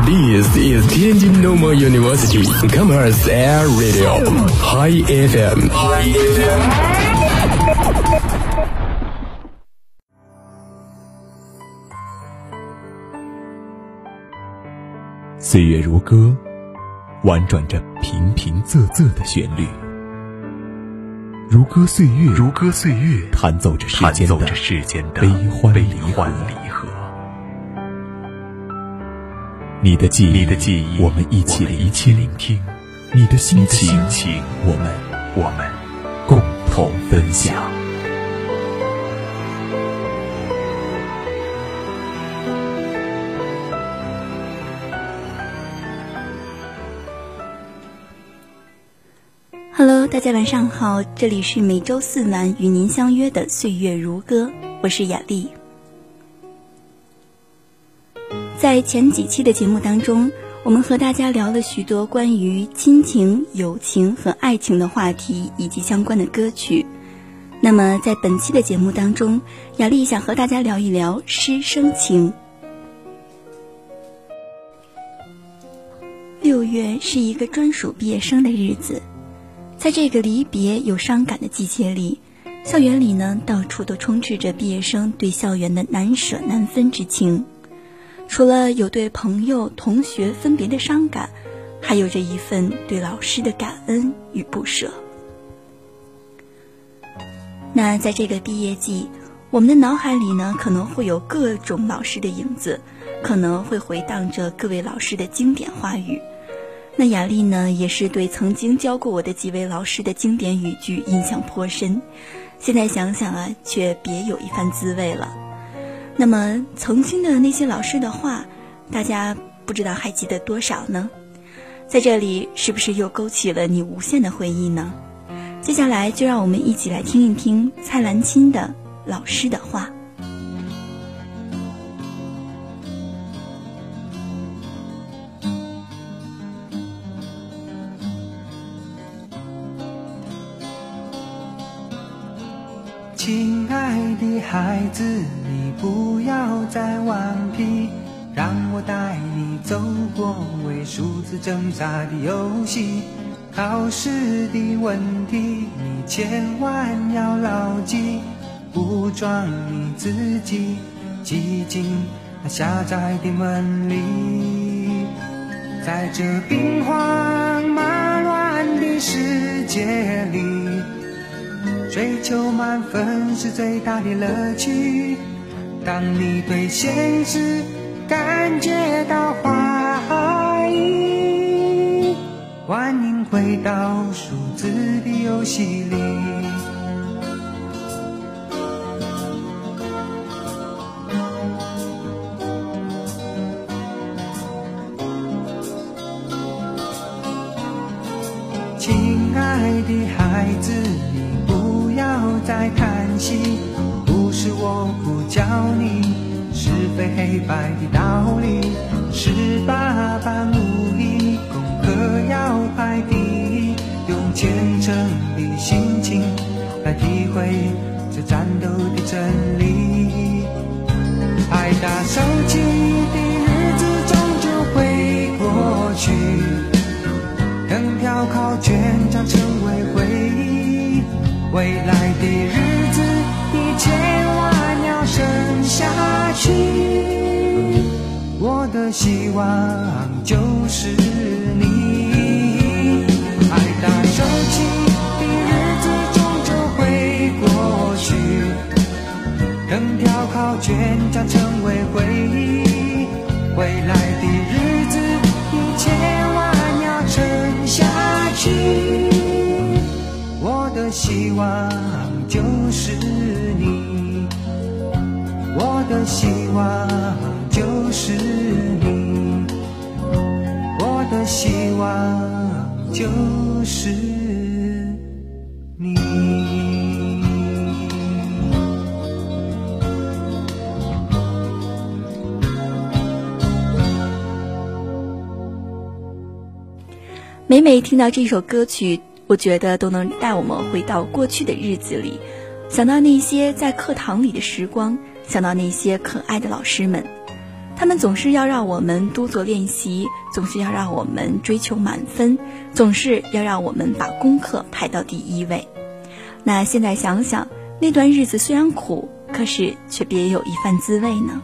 This is Tianjin Normal University Commerce Air Radio High FM。 岁月如歌，婉转着平平仄仄的旋律。如歌岁月，弹奏着世间的悲欢离合。你的记忆，我们一起聆听；你的心情，我们共同分享。 Hello， 大家晚上好，这里是每周四晚与您相约的岁月如歌，我是雅丽。在前几期的节目当中，我们和大家聊了许多关于亲情、友情和爱情的话题以及相关的歌曲。那么在本期的节目当中，雅丽想和大家聊一聊师生情。6月是一个专属毕业生的日子，在这个离别有伤感的季节里，校园里呢，到处都充斥着毕业生对校园的难舍难分之情。除了有对朋友、同学分别的伤感，还有着一份对老师的感恩与不舍。那在这个毕业季，我们的脑海里呢，可能会有各种老师的影子，可能会回荡着各位老师的经典话语。那雅丽呢，也是对曾经教过我的几位老师的经典语句印象颇深，现在想想啊，却别有一番滋味了。那么曾经的那些老师的话，大家不知道还记得多少呢？在这里是不是又勾起了你无限的回忆呢？接下来就让我们一起来听一听蔡澜钦的《老师的话》。 亲爱的孩子，你不要再顽皮，让我带你走过为数字挣扎的游戏。考试的问题你千万要牢记，武装你自己，挤进那狭窄的门里。在这兵荒马乱的世界里，追求满分是最大的乐趣。当你对现实感觉到怀疑，欢迎回到数字的游戏里。亲爱的孩子，在叹息，不是我不教你是非黑白的道理，是爸爸努力，功课要排第一，用虔诚的心情来体会这战斗的真理。拍打手机的日子终究会过去，等调考卷将成为回忆，未来的日子你千万要撑下去。我的希望就是你，拍打手机的日子终究会过去，等调考卷将成为回忆，未来的日子你千万要撑下去。我的希望就是你，我的希望就是你，我的希望就是你。 每每听到这首歌曲，我觉得都能带我们回到过去的日子里，想到那些在课堂里的时光，想到那些可爱的老师们。 他们总是要让我们多做练习，总是要让我们追求满分，总是要让我们把功课排到第一位。那现在想想，那段日子虽然苦，可是却别有一番滋味呢。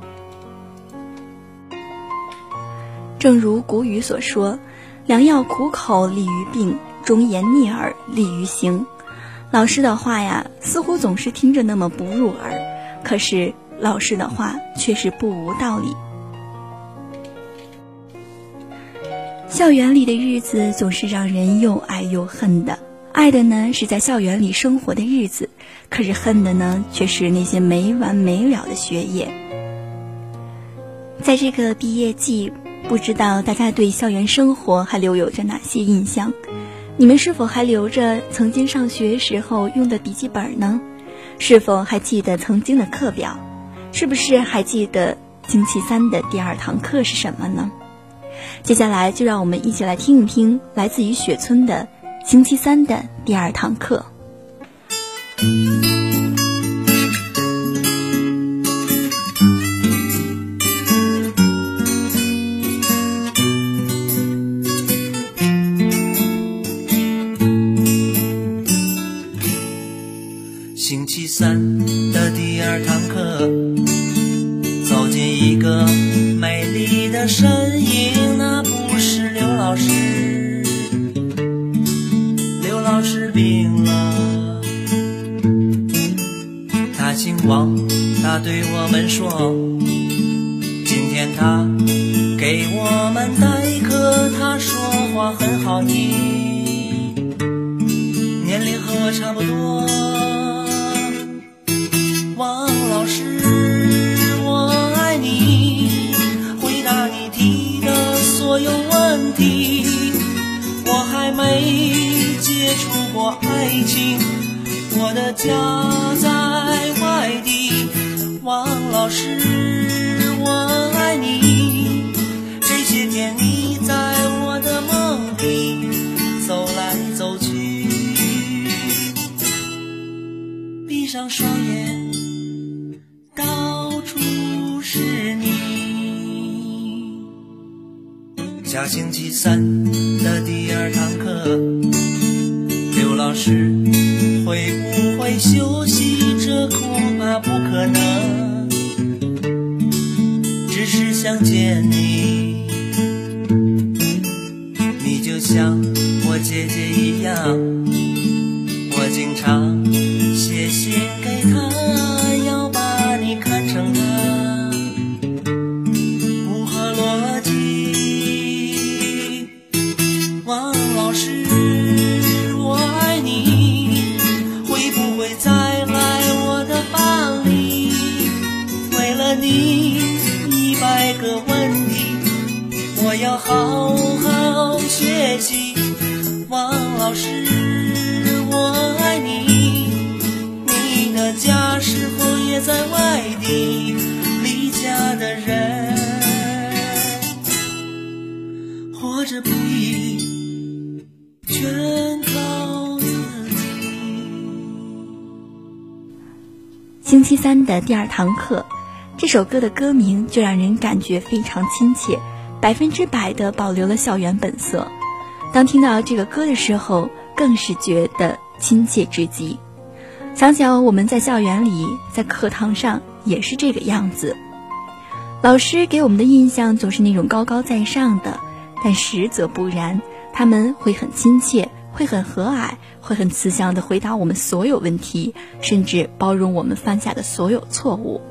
正如古语所说，良药苦口利于病，忠言逆耳利于行。老师的话呀，似乎总是听着那么不入耳，可是老师的话却是不无道理。校园里的日子总是让人又爱又恨的，爱的呢是在校园里生活的日子，可是恨的呢却是那些没完没了的学业。在这个毕业季，不知道大家对校园生活还留有着哪些印象？你们是否还留着曾经上学时候用的笔记本呢？是否还记得曾经的课表？是不是还记得星期三的第2堂课是什么呢？接下来就让我们一起来听一听来自于雪村的星期三的第2堂课。 星期三的第2堂课，走进一个美丽的身影，那不是刘老师。刘老师病了，他姓王，他对我们说，今天他给我们代课，他说话很好听，年龄和我差不多。王老师，我爱你，回答你提的所有问题。我还没接触过爱情，我的家在外地。王老师，我爱你，这些天你在我的梦里走来走去，闭上双眼，到处是你。下星期三的第2堂课，刘老师会不会休息？这恐怕不可能，只是想见你。你就像我姐姐一样，我经常写信给她，要把你看成她不合逻辑。王老师，我爱你，会不会再来我的班里？为了你100个问题，我要好好学习。王老师，我爱你，你的家是否也在外地？离家的人活着不易，全靠自己。 星期三的第2堂课，这首歌的歌名就让人感觉非常亲切，100%地保留了校园本色。当听到这个歌的时候，更是觉得亲切至极。想想我们在校园里，在课堂上也是这个样子。老师给我们的印象总是那种高高在上的，但实则不然，他们会很亲切，会很和蔼，会很慈祥地回答我们所有问题，甚至包容我们犯下的所有错误。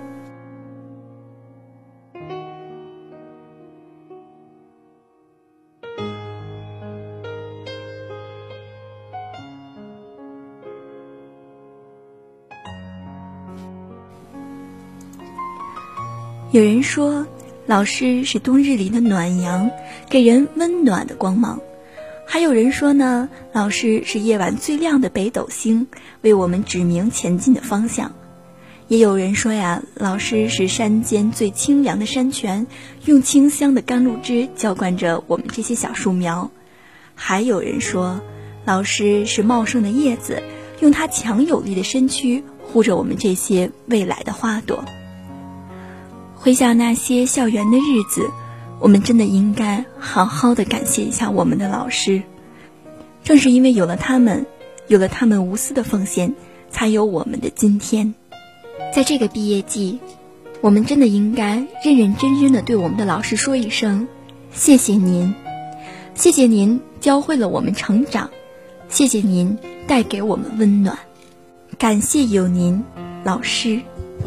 有人说，老师是冬日里的暖阳，给人温暖的光芒。还有人说呢，老师是夜晚最亮的北斗星，为我们指明前进的方向。也有人说呀，老师是山间最清凉的山泉，用清香的甘露汁浇灌着我们这些小树苗。还有人说，老师是茂盛的叶子，用他强有力的身躯护着我们这些未来的花朵。 回想那些校园的日子，我们真的应该好好的感谢一下我们的老师。正是因为有了他们无私的奉献，才有我们的今天。在这个毕业季，我们真的应该认认真真的对我们的老师说一声谢谢您，谢谢您教会了我们成长，谢谢您带给我们温暖，感谢有您，老师。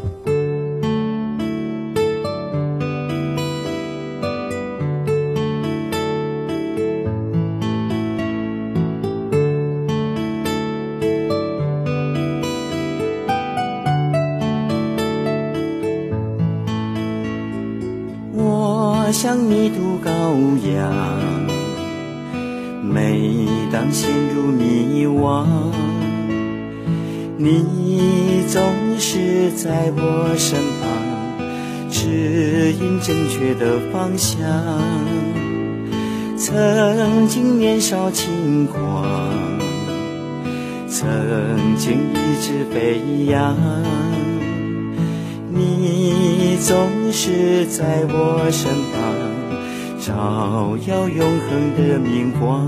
我像迷途羔羊，每当陷入迷惘，你总是在我身旁，指引正确的方向。曾经年少轻狂，曾经一直飞扬，你总是在我身旁，照耀永恒的明光。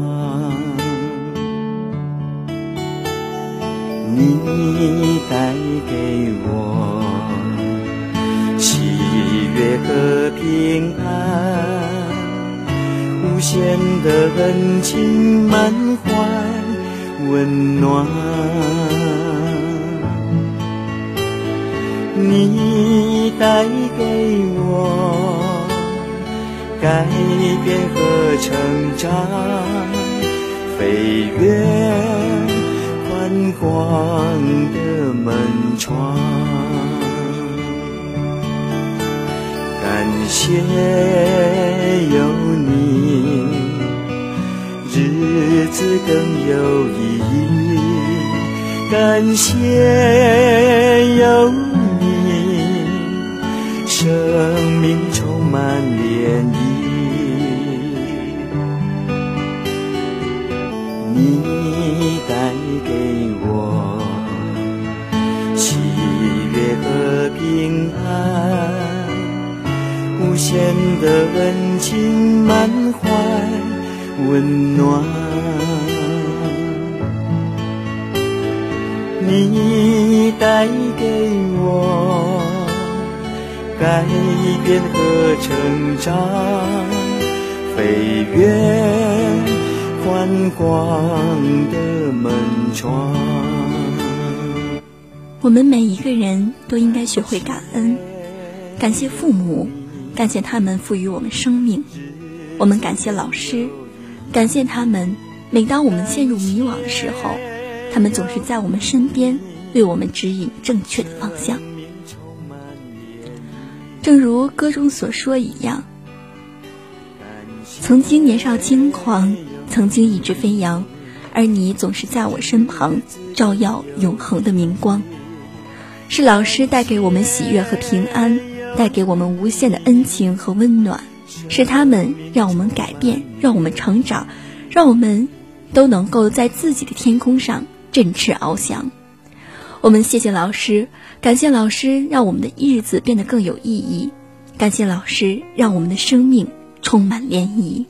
你带给我喜悦和平安，无限的恩情满怀温暖。你带给我改变和成长，飞越宽广的门窗。感谢有你，日子更有意义。感谢有你，生命充满涟漪。你带给我喜悦和平安，无限的恩情满怀温暖。你带给我改变和成长，飞越宽广的门窗。 我们每一个人都应该学会感恩，感谢父母，感谢他们赋予我们生命。我们感谢老师，感谢他们，每当我们陷入迷惘的时候，他们总是在我们身边，为我们指引正确的方向。正如歌中所说一样，曾经年少轻狂，曾经一直飞扬，而你总是在我身旁，照耀永恒的明光。是老师带给我们喜悦和平安，带给我们无限的恩情和温暖，是他们让我们改变，让我们成长，让我们都能够在自己的天空上振翅翱翔。我们谢谢老师，感谢老师让我们的日子变得更有意义，感谢老师让我们的生命充满涟漪。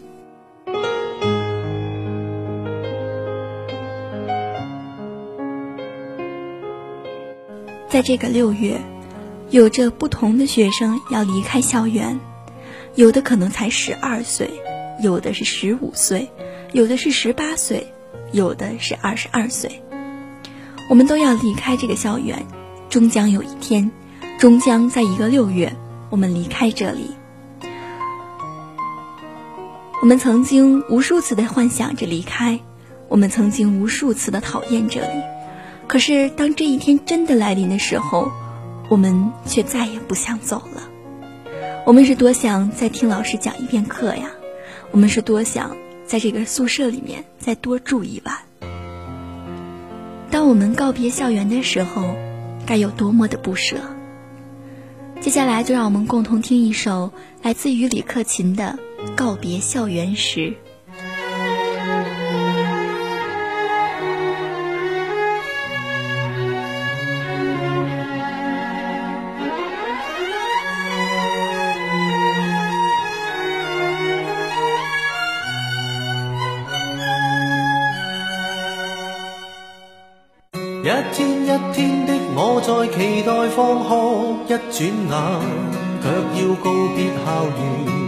在这个6月，有着不同的学生要离开校园，有的可能才12岁，有的是15岁，有的是18岁，有的是22岁。我们都要离开这个校园，终将有一天，终将在一个6月，我们离开这里。我们曾经无数次的幻想着离开，我们曾经无数次的讨厌这里，可是当这一天真的来临的时候，我们却再也不想走了。我们是多想再听老师讲一遍课呀，我们是多想在这个宿舍里面再多住一晚。当我们告别校园的时候，该有多么的不舍。接下来就让我们共同听一首来自于李克勤的《告别校园时》。 一天一天的我在期待放學，一轉眼卻要告別校園。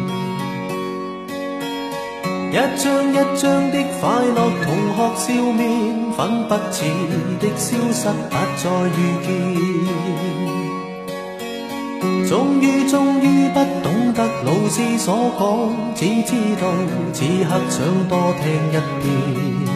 一張一張的快樂同學笑面，粉筆似的消失，不再遇見。終於不懂得老師所講，只知道此刻想多聽一遍。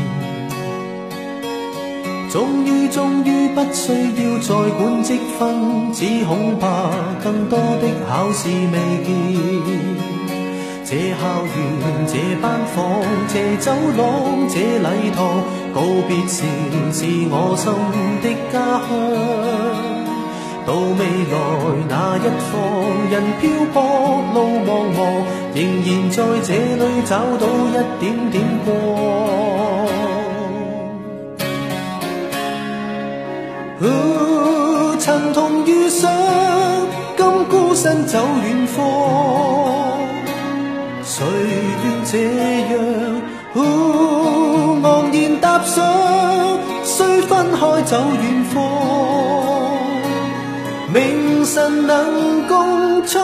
終於不需要再管積分，只恐怕更多的考試未見。這校園，這班房，這走廊，這禮堂，告別時是我心的家鄉。到未來那一方，人漂泊路茫茫，仍然在這裏找到一點點光。曾同遇上，今孤身走遠方，誰願這樣昂然踏上，雖分開走遠方，明晨能共創。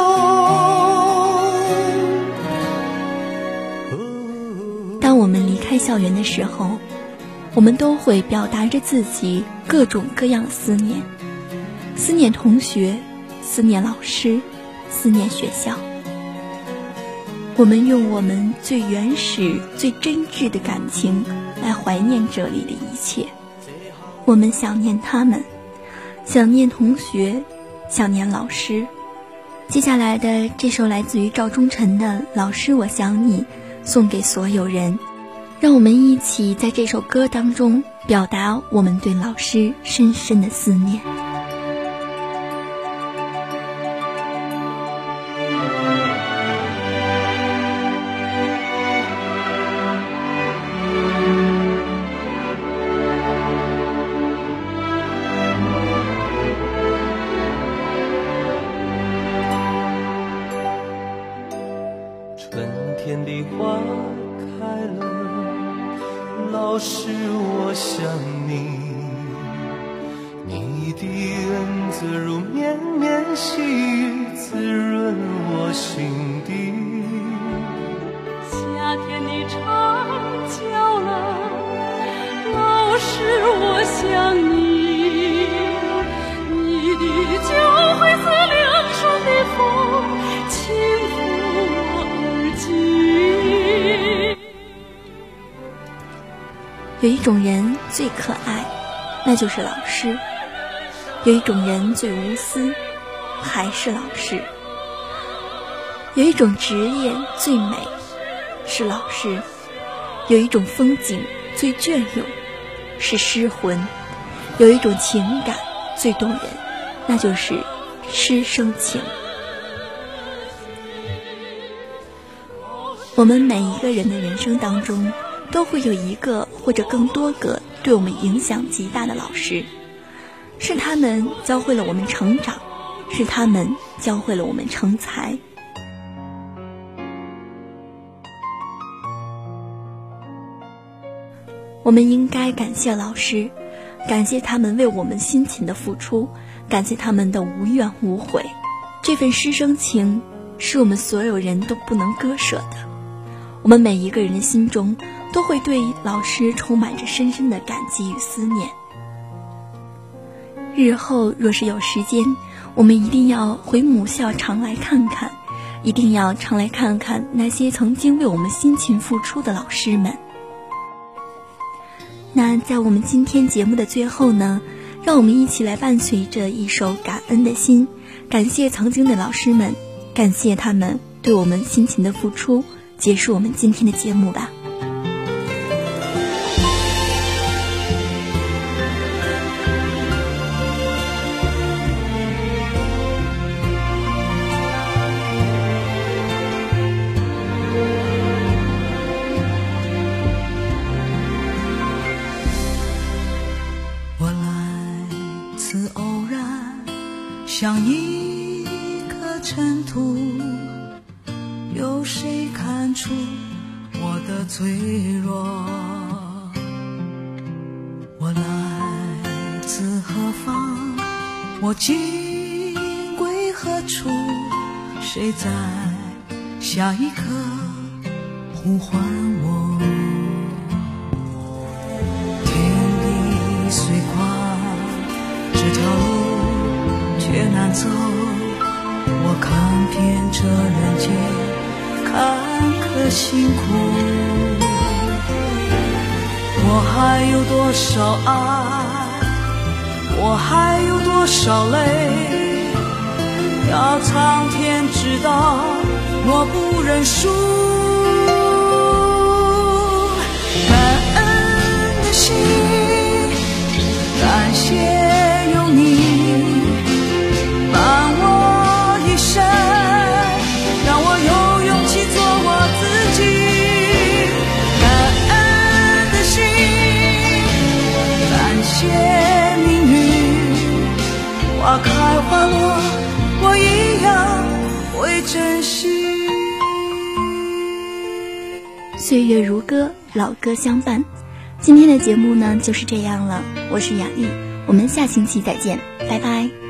當我們離開校園的時候，我們都會表達着自己各種各樣的思念，思念同學，思念老師，思念學校。我們用我們最原始最真摯的感情來懷念這裡的一切。我們想念他們，想念同學，想念老師。接下來的這首來自於趙忠誠的《老師我想你》，送給所有人。讓我們一起在這首歌當中表達我們對老師深深的思念。 春天的花開了，老師我想你，你的恩澤如綿綿細雨，滋潤我心底。 夏天的長角了，老師我想你，你的酒會似涼爽的風，輕撫我耳際。 有一種人最可愛，那就是老師；有一種人最無私，還是老師；有一種職業最美，是老師；有一種風景最雋永，是詩魂；有一種情感最動人，那就是師生情。我們每一個人的人生當中，都會有一個或者更多個對我們影響極大的老師，是他們教會了我們成長，是他們教會了我們成才。我們應該感謝老師，感謝他們為我們辛勤的付出，感謝他們的無怨無悔。這份師生情是我們所有人都不能割捨的。我們每一個人的心中都會對老師充滿着深深的感激與思念。日後若是有時間，我們一定要回母校常來看看，一定要常來看看那些曾經為我們辛勤付出的老師們。那在我們今天節目的最後呢，讓我們一起來伴隨着一首感恩的心，感謝曾經的老師們，感謝他們對我們辛勤的付出，結束我們今天的節目吧。 我來自偶然，像一顆塵土，有誰看出我的脆弱？我來自我今归何处？谁在下一刻呼唤我？天地虽宽，这条路却难走。我看遍这人间坎坷辛苦，我还有多少爱，我还有多少泪，要苍天知道，我不认输。感恩的心，感谢有你伴我一生，让我有勇气做我自己。感恩的心，感谢命运，花开花落我一样会珍惜。 岁月如歌，老歌相伴。今天的节目呢就是这样了，我是雅丽，我们下星期再见，拜拜。